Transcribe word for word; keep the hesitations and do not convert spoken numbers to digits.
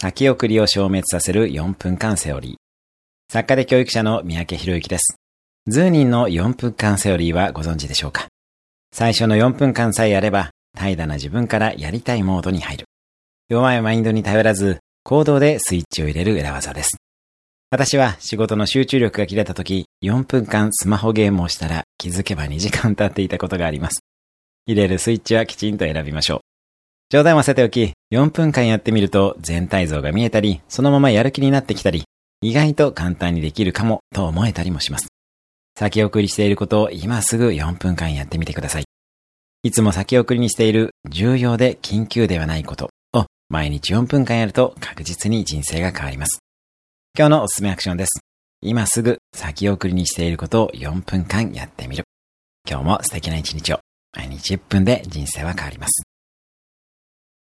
先送りを消滅させるよんぷんかんセオリー。作家で教育者の三宅博之です。ズーニンのよんぷんかんセオリーはご存知でしょうか？最初のよんぷんかんさえあれば、怠惰な自分からやりたいモードに入る。弱いマインドに頼らず、行動でスイッチを入れる裏技です。私は仕事の集中力が切れた時、よんぷんかんスマホゲームをしたら気づけばにじかん経っていたことがあります。入れるスイッチはきちんと選びましょう。冗談はさておき、よんぷんかんやってみると全体像が見えたり、そのままやる気になってきたり、意外と簡単にできるかもと思えたりもします。先送りしていることを今すぐよんぷんかんやってみてください。いつも先送りにしている重要で緊急ではないことを毎日よんぷんかんやると確実に人生が変わります。今日のおすすめアクションです。今すぐ先送りにしていることをよんぷんかんやってみる。今日も素敵な一日を。毎日いっぷんで人生は変わります。